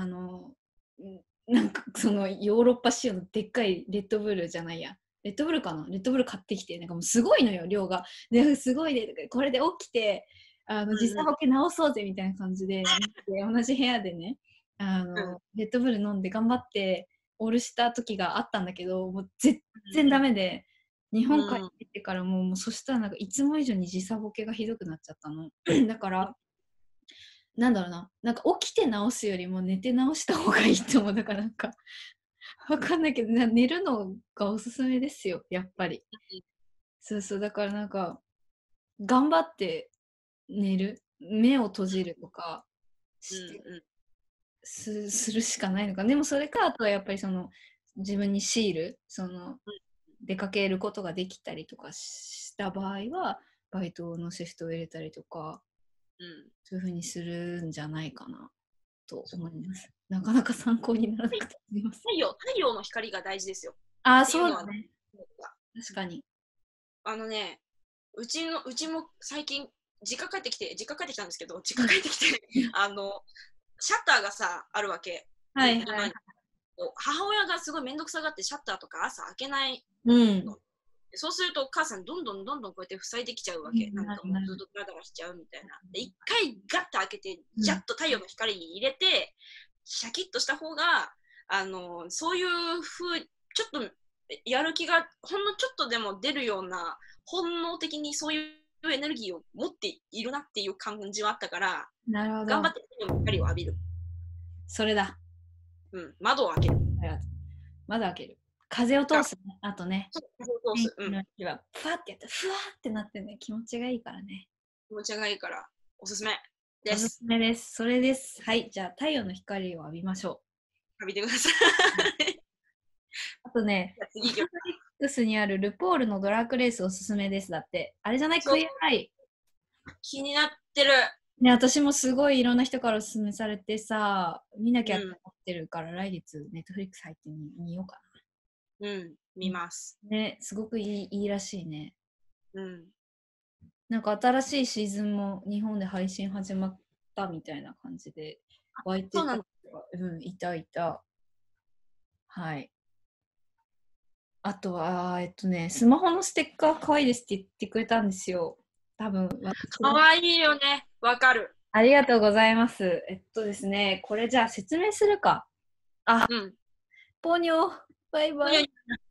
[SPEAKER 1] なんかそのヨーロッパ仕様のでっかいレッドブルじゃないや。レッドブルかなレッドブル買ってきて、なんかもうすごいのよ、量が。で、すごいね、これで起きて、時
[SPEAKER 2] うんうん。
[SPEAKER 1] 差ボケ直そうぜみたいな感じで、同じ部屋でね、
[SPEAKER 2] うん。
[SPEAKER 1] レッドブル飲んで頑張ってオールした時があったんだけど、もう全然ダメで、日本帰っ
[SPEAKER 2] うん。
[SPEAKER 1] てきてからもうそしたらなんかいつも以上に時差ボケがひどくなっちゃったの。だから、なんだろうな、なんか起きて直すよりも寝て直した方がいいと思う。だからなんか、わかんないけど、寝るのがおすすめですよ、やっぱり。そうそう、だからなんか、頑張って寝る、目を閉じるとか
[SPEAKER 2] うん
[SPEAKER 1] して
[SPEAKER 2] うん。
[SPEAKER 1] するしかないのか。でもそれか、あとはやっぱりその、自分にシール、出かけることができたりとかした場合は、バイトのシフトを入れたりとか、
[SPEAKER 2] うん。
[SPEAKER 1] そういうふうにするんじゃないかなと思います。なかなか参考にならなくてすみません。
[SPEAKER 2] 太陽の光が大事ですよ。
[SPEAKER 1] ああ、
[SPEAKER 2] っていうのは、
[SPEAKER 1] そうだね。確かに。
[SPEAKER 2] あのね、うちも最近、実家帰ってきたんですけど、実
[SPEAKER 1] うん。
[SPEAKER 2] 家帰ってきて、シャッターがさ、あるわけ。
[SPEAKER 1] はいはい。
[SPEAKER 2] ドアに。母親がすごいめんどくさがってシャッターとか朝開けない
[SPEAKER 1] うん。
[SPEAKER 2] の。そうするとお母さんどんどんどんどんこうやって塞いできちゃうわけ。
[SPEAKER 1] うん、
[SPEAKER 2] なんかもうずっ
[SPEAKER 1] なるなる。
[SPEAKER 2] とダラダラしちゃうみたいな。で、一回ガッと開けて、
[SPEAKER 1] うん。
[SPEAKER 2] ジャッと太陽の光に入れて、シャキッとした方が、そういう風、ちょっとやる気がほんのちょっとでも出るような、本能的にそういうエネルギーを持っているなっていう感じはあったから、
[SPEAKER 1] なるほど。
[SPEAKER 2] 頑張って太陽の光を浴びる。
[SPEAKER 1] それだ。
[SPEAKER 2] うん、窓を開ける。
[SPEAKER 1] 窓開ける。風を通
[SPEAKER 2] あ、
[SPEAKER 1] すね。あとね、
[SPEAKER 2] そう
[SPEAKER 1] 天
[SPEAKER 2] そう、うん。
[SPEAKER 1] 気の日は、ふわってやったら、ふわってなってね、気持ちがいいからね。
[SPEAKER 2] 気持ちがいいから、おすすめ
[SPEAKER 1] おすす
[SPEAKER 2] です。
[SPEAKER 1] めです。それです。はい。じゃあ、太陽の光を浴びましょ
[SPEAKER 2] 浴びてくださ
[SPEAKER 1] う。
[SPEAKER 2] い。
[SPEAKER 1] あとね、
[SPEAKER 2] じゃあ次
[SPEAKER 1] ネットフリックスにあるルポールのドラッグレースおすすめです。だって。あれじゃない？
[SPEAKER 2] そう、
[SPEAKER 1] クイアアイ。
[SPEAKER 2] 気になってる。
[SPEAKER 1] ね、私もすごいいろんな人からおすすめされてさ、見なきゃって
[SPEAKER 2] うん、
[SPEAKER 1] 思ってるから、来月、ネットフリックス入ってみようか
[SPEAKER 2] うん、
[SPEAKER 1] な。
[SPEAKER 2] 見ます。
[SPEAKER 1] ね、すごくいいらしいね。
[SPEAKER 2] うん。
[SPEAKER 1] なんか新しいシーズンも日本で配信始まったみたいな感じで、湧いてた人
[SPEAKER 2] そうなの。
[SPEAKER 1] が、うん、いたいた。はい。あとは、スマホのステッカー可愛いですって言ってくれたんですよ。多分、私が。
[SPEAKER 2] かわいいよね。わかる。
[SPEAKER 1] ありがとうございます。ですね、これじゃあ説明するか。あ、
[SPEAKER 2] うん。
[SPEAKER 1] ポニョ、バイバイ。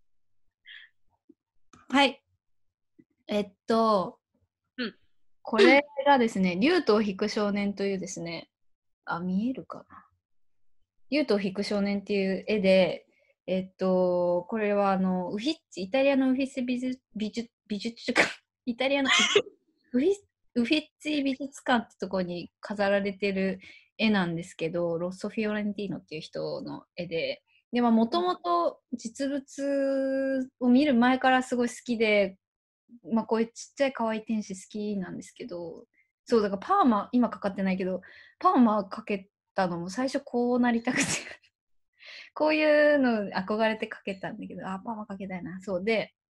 [SPEAKER 1] はい。えっと、
[SPEAKER 2] うん。
[SPEAKER 1] これがですね、竜とを引く少年というですね、見えるかな。竜とを引く少年っていう絵で、これはイタリアのウフィッツ美術館、イタリアのウフィウフィッツィ美術館ってところに飾られてる絵なんですけど、ロッソ・フィオレンティーノっていう人の絵で、で、もともと実物を見る前からすごい好きで、こういうちっちゃい可愛い天使好きなんですけど、そう、だからパーマ、今かかってないけど、パーマかけたのも最初こうなりたくてこういうの憧れてかけたんだけど、パーマかけたいな。そうで、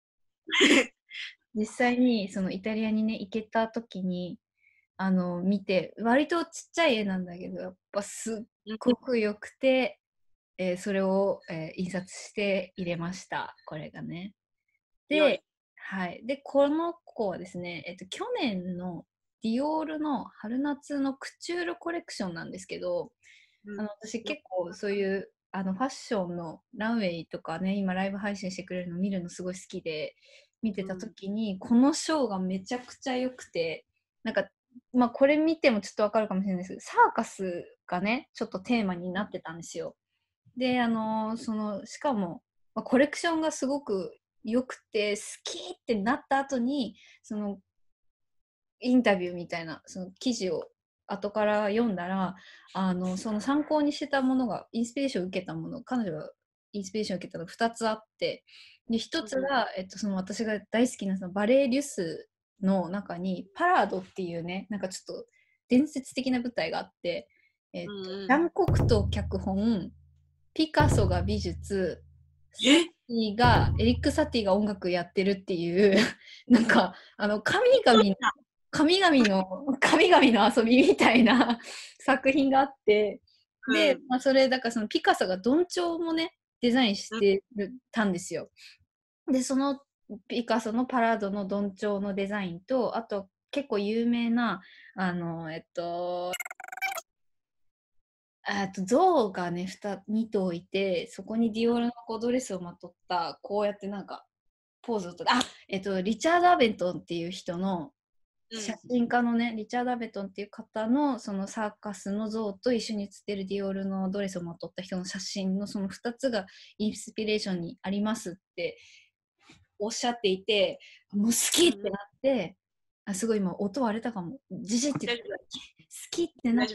[SPEAKER 1] 実際にそのイタリアにね行けた時に見て、割とちっちゃい絵なんだけど、やっぱすっごく良くて、それを、印刷して入れました。これがね。で、はい。で、この子はですね、去年のディオールの春夏のクチュールコレクションなんですけど、私結構そういうファッションのランウェイとかね、今ライブ配信してくれるの見るのすごい好きで、見てた時に、このショーがめちゃくちゃ良くて、なんか、まあこれ見てもちょっとわかるかもしれないですけど、サーカスがね、ちょっとテーマになってたんですよ。で、しかも、まあ、コレクションがすごく良くて、好きってなった後に、インタビューみたいな、その記事を後から読んだら、その参考にしてたものが、インスピレーションを受けたもの、彼女がインスピレーションを受けたのが2つあって、で、1つが、その私が大好きなそのバレエ・リュスの中に、パラードっていうね、なんかちょっと伝説的な舞台があって、ジャン・コクト脚本、ピカソが美術、エリック・サティが音楽やってるっていう、なんか、神々の遊びみたいな作品があって、で、まあ、それ、だからそのピカソがどんちょうもね、デザインしてたんですよ。で、そのピカソのパラードのどんちょうのデザインと、あと結構有名な、象がね、2頭いて、そこにディオールのドレスをまとった、こうやってなんか、ポーズをとって、リチャード・アベントンっていう人の、写真家のね、リチャード・アベントンっていう方の、そのサーカスの像と一緒に写ってるディオールのドレスをまとった人の写真のその2つがインスピレーションにありますっておっしゃっていて、もう好きってなって、すごい今音割れたかも。じじって言って好きってなって、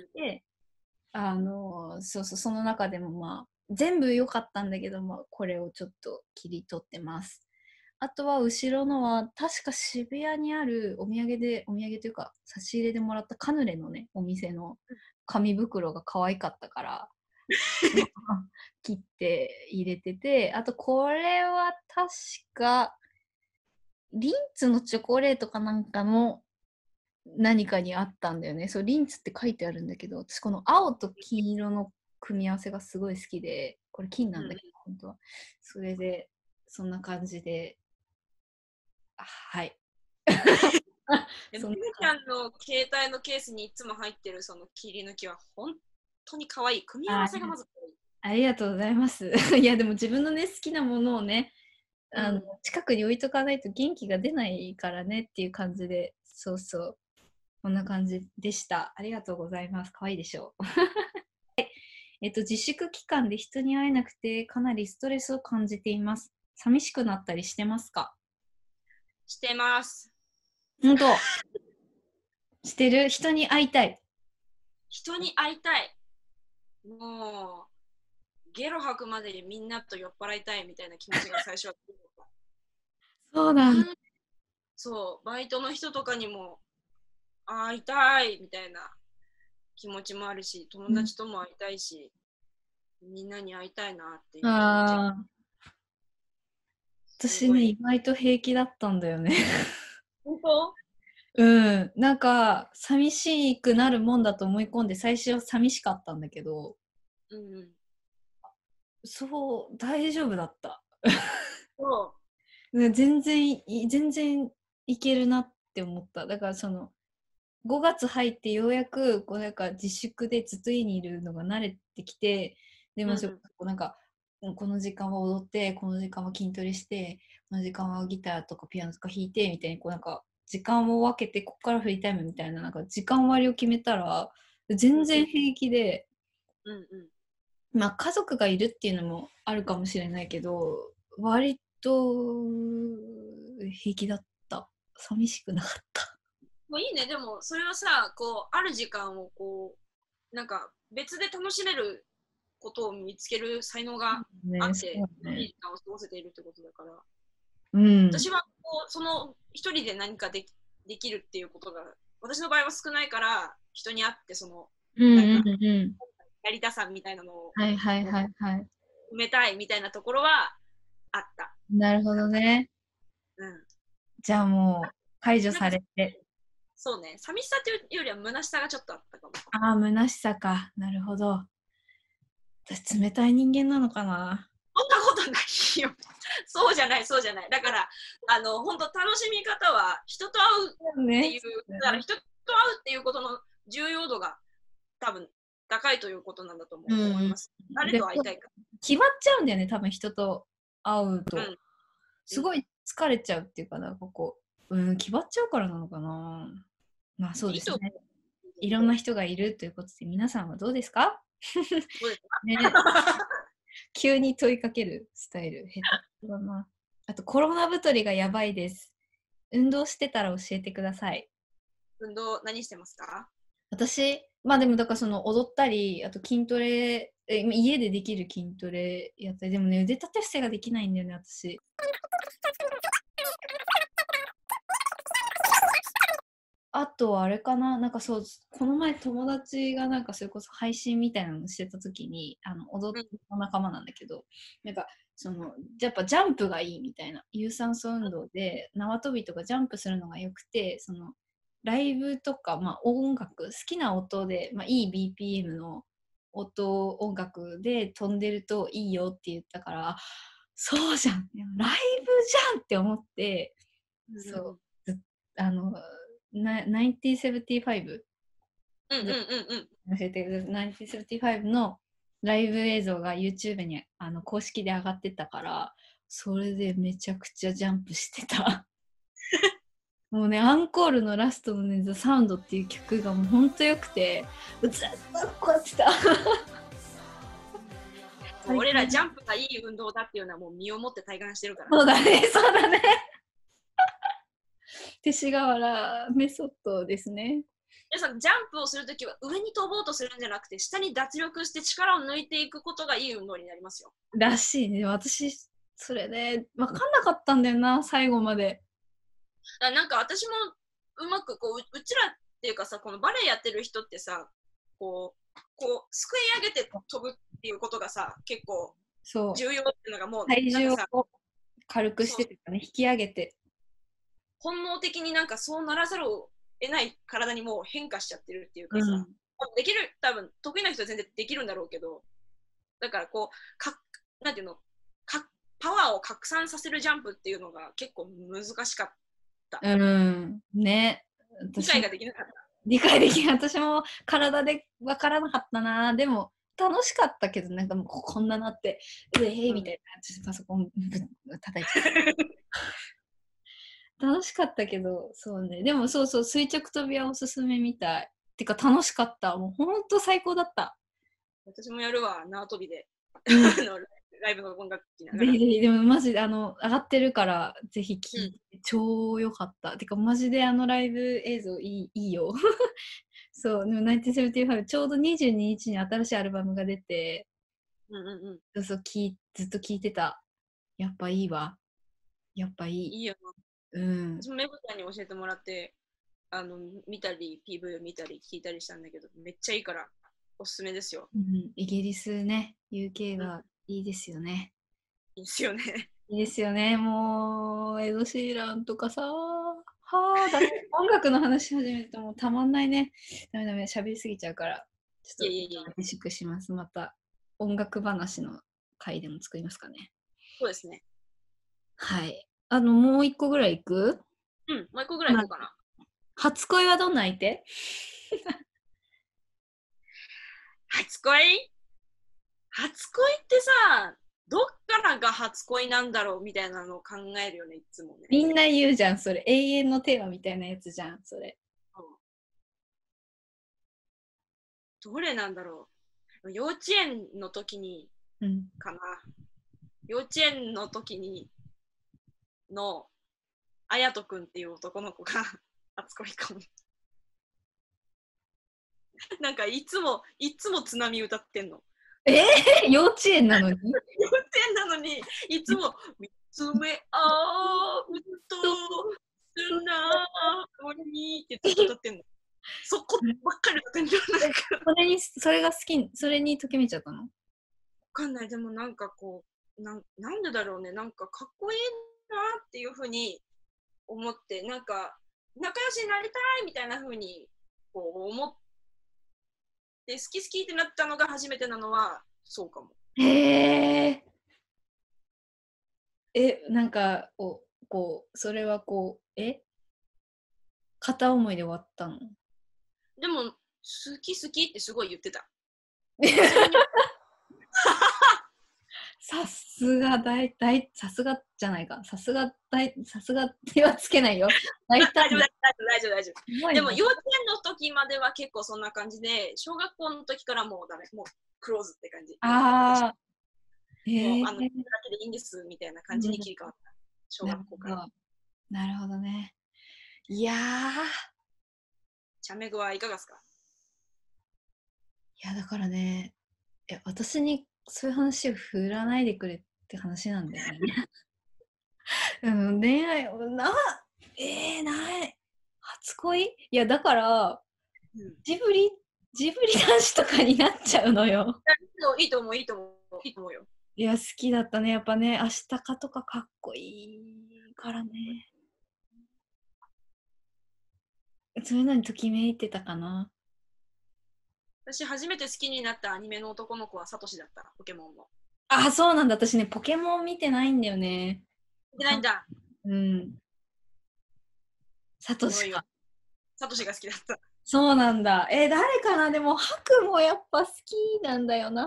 [SPEAKER 1] そうそう、その中でもまあ、全部良かったんだけど、まあ、これをちょっと切り取ってます。あとは、後ろのは、確か渋谷にあるお土産というか、差し入れでもらったカヌレのね、お店の紙袋が可愛かったから、切って入れてて、あと、これは確か、リンツのチョコレートかなんかの何かにあったんだよね。そう、リンツって書いてあるんだけど、私この青と金色の組み合わせがすごい好きで、これ金なんだけど、本当は。それで、そんな感じで、はい。
[SPEAKER 2] みずちゃんの携帯のケースにいつも入ってるその切り抜きは本当に可愛い。組み合わせがまず
[SPEAKER 1] ありがとうございます。いや、でも自分のね、好きなものをね、近くに置いとかないと元気が出ないからねっていう感じで、そうそう。こんな感じでした。ありがとうございます。可愛いでしょう。自粛期間で人に会えなくてかなりストレスを感じています。寂しくなったりしてますか？
[SPEAKER 2] してます。
[SPEAKER 1] 本当してる？人に会いたい。
[SPEAKER 2] 人に会いたい。もう、ゲロ吐くまでにみんなと酔っ払いたいみたいな気持ちが最初は。
[SPEAKER 1] そうなんだ。
[SPEAKER 2] そう、バイトの人とかにも会いたいみたいな気持ちもあるし、友達とも会いたいし、みんなに会いたいなっていう気持ち。
[SPEAKER 1] 私ね、意外と平気だったんだよね。
[SPEAKER 2] 本当？
[SPEAKER 1] うん。なんか、寂しくなるもんだと思い込んで、最初は寂しかったんだけど、そう、大丈夫だった。
[SPEAKER 2] そう
[SPEAKER 1] 全然いけるなって思った。だから5月入ってようやくなんか自粛でずっと家にいるのが慣れてきて、でもなんかこの時間は踊って、この時間は筋トレして、この時間はギターとかピアノとか弾いてみたいになんか時間を分けて、ここからフリータイムみたいな、なんか時間割を決めたら全然平気で、まあ家族がいるっていうのもあるかもしれないけど、割と平気だった。寂しくなかった。
[SPEAKER 2] もういいね。でもそれはさ、ある時間をなんか別で楽しめることを見つける才能があって、いい時間を過ごせているってことだから、私はその一人で何かできるっていうことが私の場合は少ないから、人に会ってやりたさみたいなのを埋めたいみたいなところはあった。
[SPEAKER 1] なるほどね。
[SPEAKER 2] うん。
[SPEAKER 1] じゃあもう解除
[SPEAKER 2] なんか
[SPEAKER 1] されて。
[SPEAKER 2] そうね、寂しさというよりは虚しさがちょっとあったかも。
[SPEAKER 1] ああ、虚しさか。なるほど。私、冷たい人間なのかな。
[SPEAKER 2] そんなことないよ。そうじゃない、そうじゃない。だから、本当楽しみ方は人と会うって
[SPEAKER 1] ね。
[SPEAKER 2] いう、だから人と会うっていうことの重要度が多分高いということなんだと
[SPEAKER 1] うん。
[SPEAKER 2] 思います。誰
[SPEAKER 1] で、
[SPEAKER 2] と会いたいか。
[SPEAKER 1] 決まっちゃうんだよね、多分人と会うと。
[SPEAKER 2] うん。
[SPEAKER 1] すごい疲れちゃうっていうかな、ここ。うん、決まっちゃうからなのかな。まあそう
[SPEAKER 2] いいと思
[SPEAKER 1] ですね。
[SPEAKER 2] う。
[SPEAKER 1] いろんな人がいるということで、皆さんはどうですか？
[SPEAKER 2] どうです
[SPEAKER 1] ね、
[SPEAKER 2] か？
[SPEAKER 1] 急に問いかけるスタイル、下手だな。あと、コロナ太りがやばいです。運動してたら教えてください。
[SPEAKER 2] 運動何してますか？
[SPEAKER 1] 私、まあでもだからその踊ったり、あと筋トレ、家でできる筋トレやったり、でもね、腕立て伏せができないんだよね、私。あとはあれかな、なんかそう、この前友達がなんかそれこそ配信みたいなのしてた時に、踊
[SPEAKER 2] うん。
[SPEAKER 1] ってた仲間なんだけど、なんかその、やっぱジャンプがいいみたいな、有酸素運動で縄跳びとかジャンプするのが良くて、その、ライブとか、まあ音楽、好きな音で、まあいい BPM の音楽で飛んでるといいよって言ったから、そうじゃん、ライブじゃんって思って、そう、あの、1975
[SPEAKER 2] うんうんうんうん。
[SPEAKER 1] 教えてください。1975のライブ映像が YouTube に公式で上がってたから、それでめちゃくちゃジャンプしてた。もうね、アンコールのラストのね、ザ・サウンドっていう曲がもうほんとよくて、ずっとこうやってた。
[SPEAKER 2] 俺らジャンプがいい運動だっていうのはもう身をもって体感してるからね。
[SPEAKER 1] そうだね、そうだね。勅使河原メソッドですね。
[SPEAKER 2] 皆さん、ジャンプをするときは上に飛ぼうとするんじゃなくて、下に脱力して力を抜いていくことがいい運動になりますよ。
[SPEAKER 1] らしいね。私、それね、わかんなかったんだよな、最後まで。
[SPEAKER 2] なんか私もうまくうちらっていうかさ、このバレエやってる人ってさ、すくい上げて飛ぶっていうことがさ、結構
[SPEAKER 1] そう。
[SPEAKER 2] 重要っていうのがもう、
[SPEAKER 1] 体重
[SPEAKER 2] なんかさ、
[SPEAKER 1] を軽くし
[SPEAKER 2] そう
[SPEAKER 1] てとかね、引き上げて。
[SPEAKER 2] 本能的になんかそうならざるを得ない体にもう変化しちゃってるっていうかさ、
[SPEAKER 1] うん。
[SPEAKER 2] できる、多分得意な人は全然できるんだろうけど、だからなんていうの、パワーを拡散させるジャンプっていうのが結構難しかった。
[SPEAKER 1] うん。ね。
[SPEAKER 2] 理
[SPEAKER 1] 私も
[SPEAKER 2] 解ができなかった。
[SPEAKER 1] 理解できない。私も体で分からなかったな。でも、楽しかったけど、なんかもうこんななって、みたいな、ちょっとパソコン叩いてた。楽しかったけど、そうね。でもそうそう、垂直跳びはおすすめみたい。てか楽しかった。もうほんと最高だった。
[SPEAKER 2] 私もやるわ、縄跳びで。
[SPEAKER 1] うん。
[SPEAKER 2] ライブの音楽聴きながら。
[SPEAKER 1] ぜひぜひ、でもマジで上がってるから、ぜひ
[SPEAKER 2] うん。
[SPEAKER 1] 聞いて、超良かった。てか、マジでライブ映像いいよ。そう、でも1975、ちょうど22日に新しいアルバムが出て、
[SPEAKER 2] うんうんうん。
[SPEAKER 1] そうそう、ずっと聞いてた。やっぱいいわ。やっぱいい。
[SPEAKER 2] いいよな。
[SPEAKER 1] うん。
[SPEAKER 2] 私もメグちゃんに教えてもらって、見たり、PV を見たり、聞いたりしたんだけど、めっちゃいいから、おすすめですよ。
[SPEAKER 1] うん、イギリスね、UK
[SPEAKER 2] うん。
[SPEAKER 1] がいいですよね。
[SPEAKER 2] いいですよね。
[SPEAKER 1] いいですよね。もう、エド・シーランとかさ、はあ、だめ。音楽の話し始めるともうたまんないね。ダメダメ、喋りすぎちゃうから。ちょっと、
[SPEAKER 2] いやいやいやいや。
[SPEAKER 1] 自粛します。また、音楽話の回でも作りますかね。
[SPEAKER 2] そうですね。
[SPEAKER 1] はい。もう一個ぐらい行く？
[SPEAKER 2] うん、もう一個ぐらい行こうかな。
[SPEAKER 1] 初恋はどんな相手？
[SPEAKER 2] 初恋初恋ってさ、どっからが初恋なんだろうみたいなのを考えるよね、いつもね。
[SPEAKER 1] みんな言うじゃん、それ。永遠のテーマみたいなやつじゃん、それ。
[SPEAKER 2] どれなんだろう。幼稚園の時に
[SPEAKER 1] うん。
[SPEAKER 2] かな。幼稚園の時にのあやとくんっていう男の子が初恋かも。なんかいつも津波歌ってんの。
[SPEAKER 1] 幼稚園なのに？
[SPEAKER 2] 幼稚園なのにいつも見つめ合うと砂にってずっと歌ってんの。そこばっかり歌ってんじゃないか。
[SPEAKER 1] それが好き、それにときめいちゃったの？
[SPEAKER 2] わかんない。でもなんかなんでだろうね。なんかかっこいいっていうふうに思って、なんか仲良しになりたいみたいなふうにこう思って好き好きってなったのが初めてなのはそうかも。
[SPEAKER 1] へえ。なんかこうそれはこう片思いで終わったの？
[SPEAKER 2] でも好き好きってすごい言ってた。自分に
[SPEAKER 1] さすがさすがじゃないか。さすが手はつけないよ。大
[SPEAKER 2] 大丈夫
[SPEAKER 1] 体
[SPEAKER 2] 大丈夫大丈夫。
[SPEAKER 1] すごいね。
[SPEAKER 2] でも幼稚園の時までは結構そんな感じで、小学校の時からもうダメ、もうクローズって感じ。
[SPEAKER 1] ああ、
[SPEAKER 2] もうだけでいいんですみたいな感じに切り替わった。小学校から。
[SPEAKER 1] なるほどね。いやー、
[SPEAKER 2] チャメグはいかがですか？
[SPEAKER 1] いやだからね、私にそういう話を振らないでくれって話なんだよね。恋愛ない。初恋？いやだから、
[SPEAKER 2] うん、
[SPEAKER 1] ジブリ男子とかになっちゃうのよ。
[SPEAKER 2] いいと思う、いいと思う、いいと思うよ。
[SPEAKER 1] いや好きだったね。やっぱね、明日かとかかっこいいからね。そういうのにときめいてたかな。
[SPEAKER 2] 私、初めて好きになったアニメの男の子はサトシだった、ポケモンの。
[SPEAKER 1] あ、そうなんだ。私ね、ポケモン見てないんだよね。
[SPEAKER 2] 見てないんだ。
[SPEAKER 1] うん。サト
[SPEAKER 2] おもろいよ。
[SPEAKER 1] シか。
[SPEAKER 2] サトシが好きだった。
[SPEAKER 1] そうなんだ。誰かな。でも、ハクもやっぱ好きなんだよな。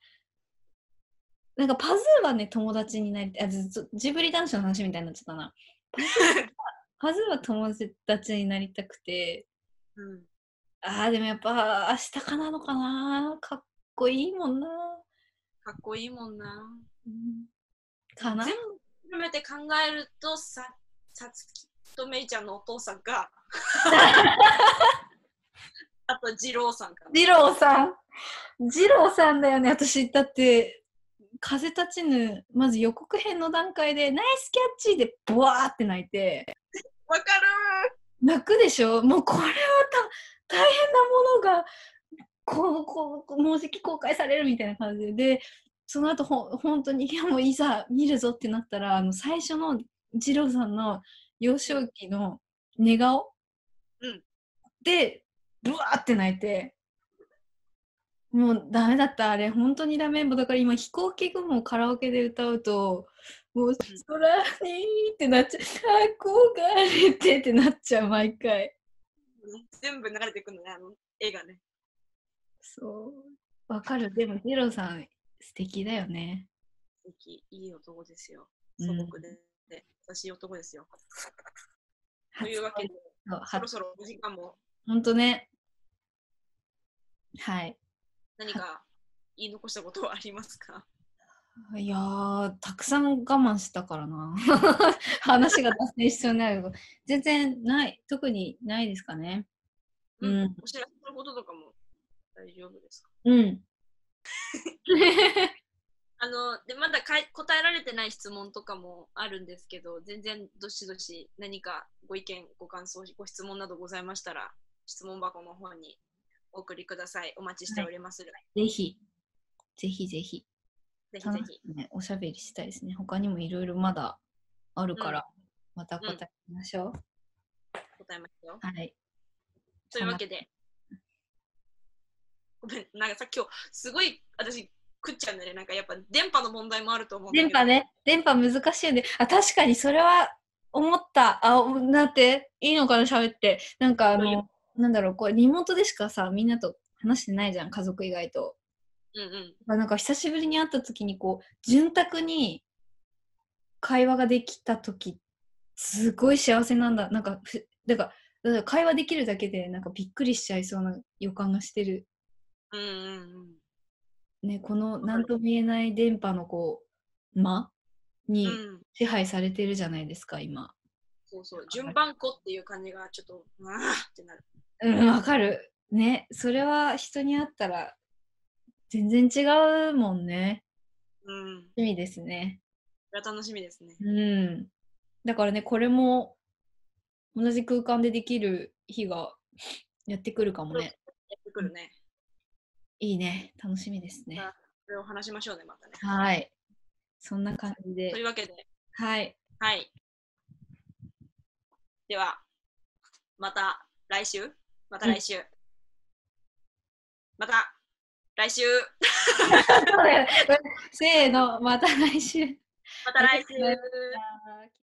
[SPEAKER 1] なんかパズーはね、友達になりたい。ジブリ男子の話みたいになっちゃったな。パズーは友達になりたくて。
[SPEAKER 2] うん、
[SPEAKER 1] でもやっぱ明日かなのかな。かっこいいもんな。
[SPEAKER 2] かっこいいもんな。
[SPEAKER 1] うん、かな。
[SPEAKER 2] 全部含めて考えると、さつきとめいちゃんのお父さんか、あと二郎さんかな。
[SPEAKER 1] 二郎さん。二郎さんだよね。私、だって、風立ちぬ、まず予告編の段階で、ナイスキャッチーで、ブワーって泣いて、
[SPEAKER 2] わかる
[SPEAKER 1] 泣くでしょ。もうこれは大変なものが、もうじき公開されるみたいな感じで、その後本当に、いやもういざ見るぞってなったら、最初の二郎さんの幼少期の寝顔
[SPEAKER 2] ー。うん。
[SPEAKER 1] で、ブワーって泣いて、もうダメだった、あれ、本当にダメ。もうだから今、飛行機雲をカラオケで歌うと、もう空にってなっちゃう、憧れてってなっちゃう、毎回。
[SPEAKER 2] 全部流れてくるのね、あの絵がね。
[SPEAKER 1] そう。わかる。でも、ジローさん、素敵だよね。
[SPEAKER 2] 素敵、いい男ですよ。
[SPEAKER 1] うん、
[SPEAKER 2] 素朴で、優しい男ですよ。というわけで、そろそろお時間も。
[SPEAKER 1] 本当ね。はい。
[SPEAKER 2] 何か言い残したことはありますか？
[SPEAKER 1] いやー、たくさん我慢したからな。話が脱線しそうになる。全然ない、特にないですかね。
[SPEAKER 2] うん。
[SPEAKER 1] うん。
[SPEAKER 2] お知らせすることとかも大丈夫ですか？
[SPEAKER 1] うん。
[SPEAKER 2] でまだ答えられてない質問とかもあるんですけど、全然どしどし何かご意見、ご感想、ご質問などございましたら、質問箱の方にお送りください。お待ちしております。はい、
[SPEAKER 1] ぜひ、ぜひぜひ。
[SPEAKER 2] ぜひぜひ。
[SPEAKER 1] ね、おしゃべりしたいですね。他にもいろいろまだあるから、また答えましょう。
[SPEAKER 2] 答えますよ。
[SPEAKER 1] はい。
[SPEAKER 2] というわけで、ごめん、なんかさ、今日、すごい私、食っちゃうんだね。なんかやっぱ電波の問題もあると思うんだけど。
[SPEAKER 1] 電波ね。電波難しいよね。確かにそれは思った。だって、いいのかな、喋って。なんかなんだろう、これリモートでしかさ、みんなと話してないじゃん、家族以外と。
[SPEAKER 2] うんうん。
[SPEAKER 1] なんか久しぶりに会った時にこう、潤沢に会話ができた時、すごい幸せなんだ。だから会話できるだけでなんかびっくりしちゃいそうな予感がしてる。
[SPEAKER 2] うんうんうん。
[SPEAKER 1] ね、この何とも言えない電波の間に支配されてるじゃないですか、今。
[SPEAKER 2] そうそう、順番子っていう感じがちょっと、あーってなる。
[SPEAKER 1] うん、わかる。ね、それは人に会ったら全然違うもんね。
[SPEAKER 2] うん。
[SPEAKER 1] 楽しみですね。
[SPEAKER 2] 楽しみですね。
[SPEAKER 1] うん。だからね、これも同じ空間でできる日がやってくるかもね。
[SPEAKER 2] やってくるね。
[SPEAKER 1] いいね。楽しみですね。
[SPEAKER 2] これを話しましょうね、またね。
[SPEAKER 1] はい。そんな感じで。
[SPEAKER 2] というわけで、
[SPEAKER 1] はい。
[SPEAKER 2] はい。では、また来週また来週、また来週
[SPEAKER 1] せーの、また来週。
[SPEAKER 2] また来週。
[SPEAKER 1] ありがとうございました。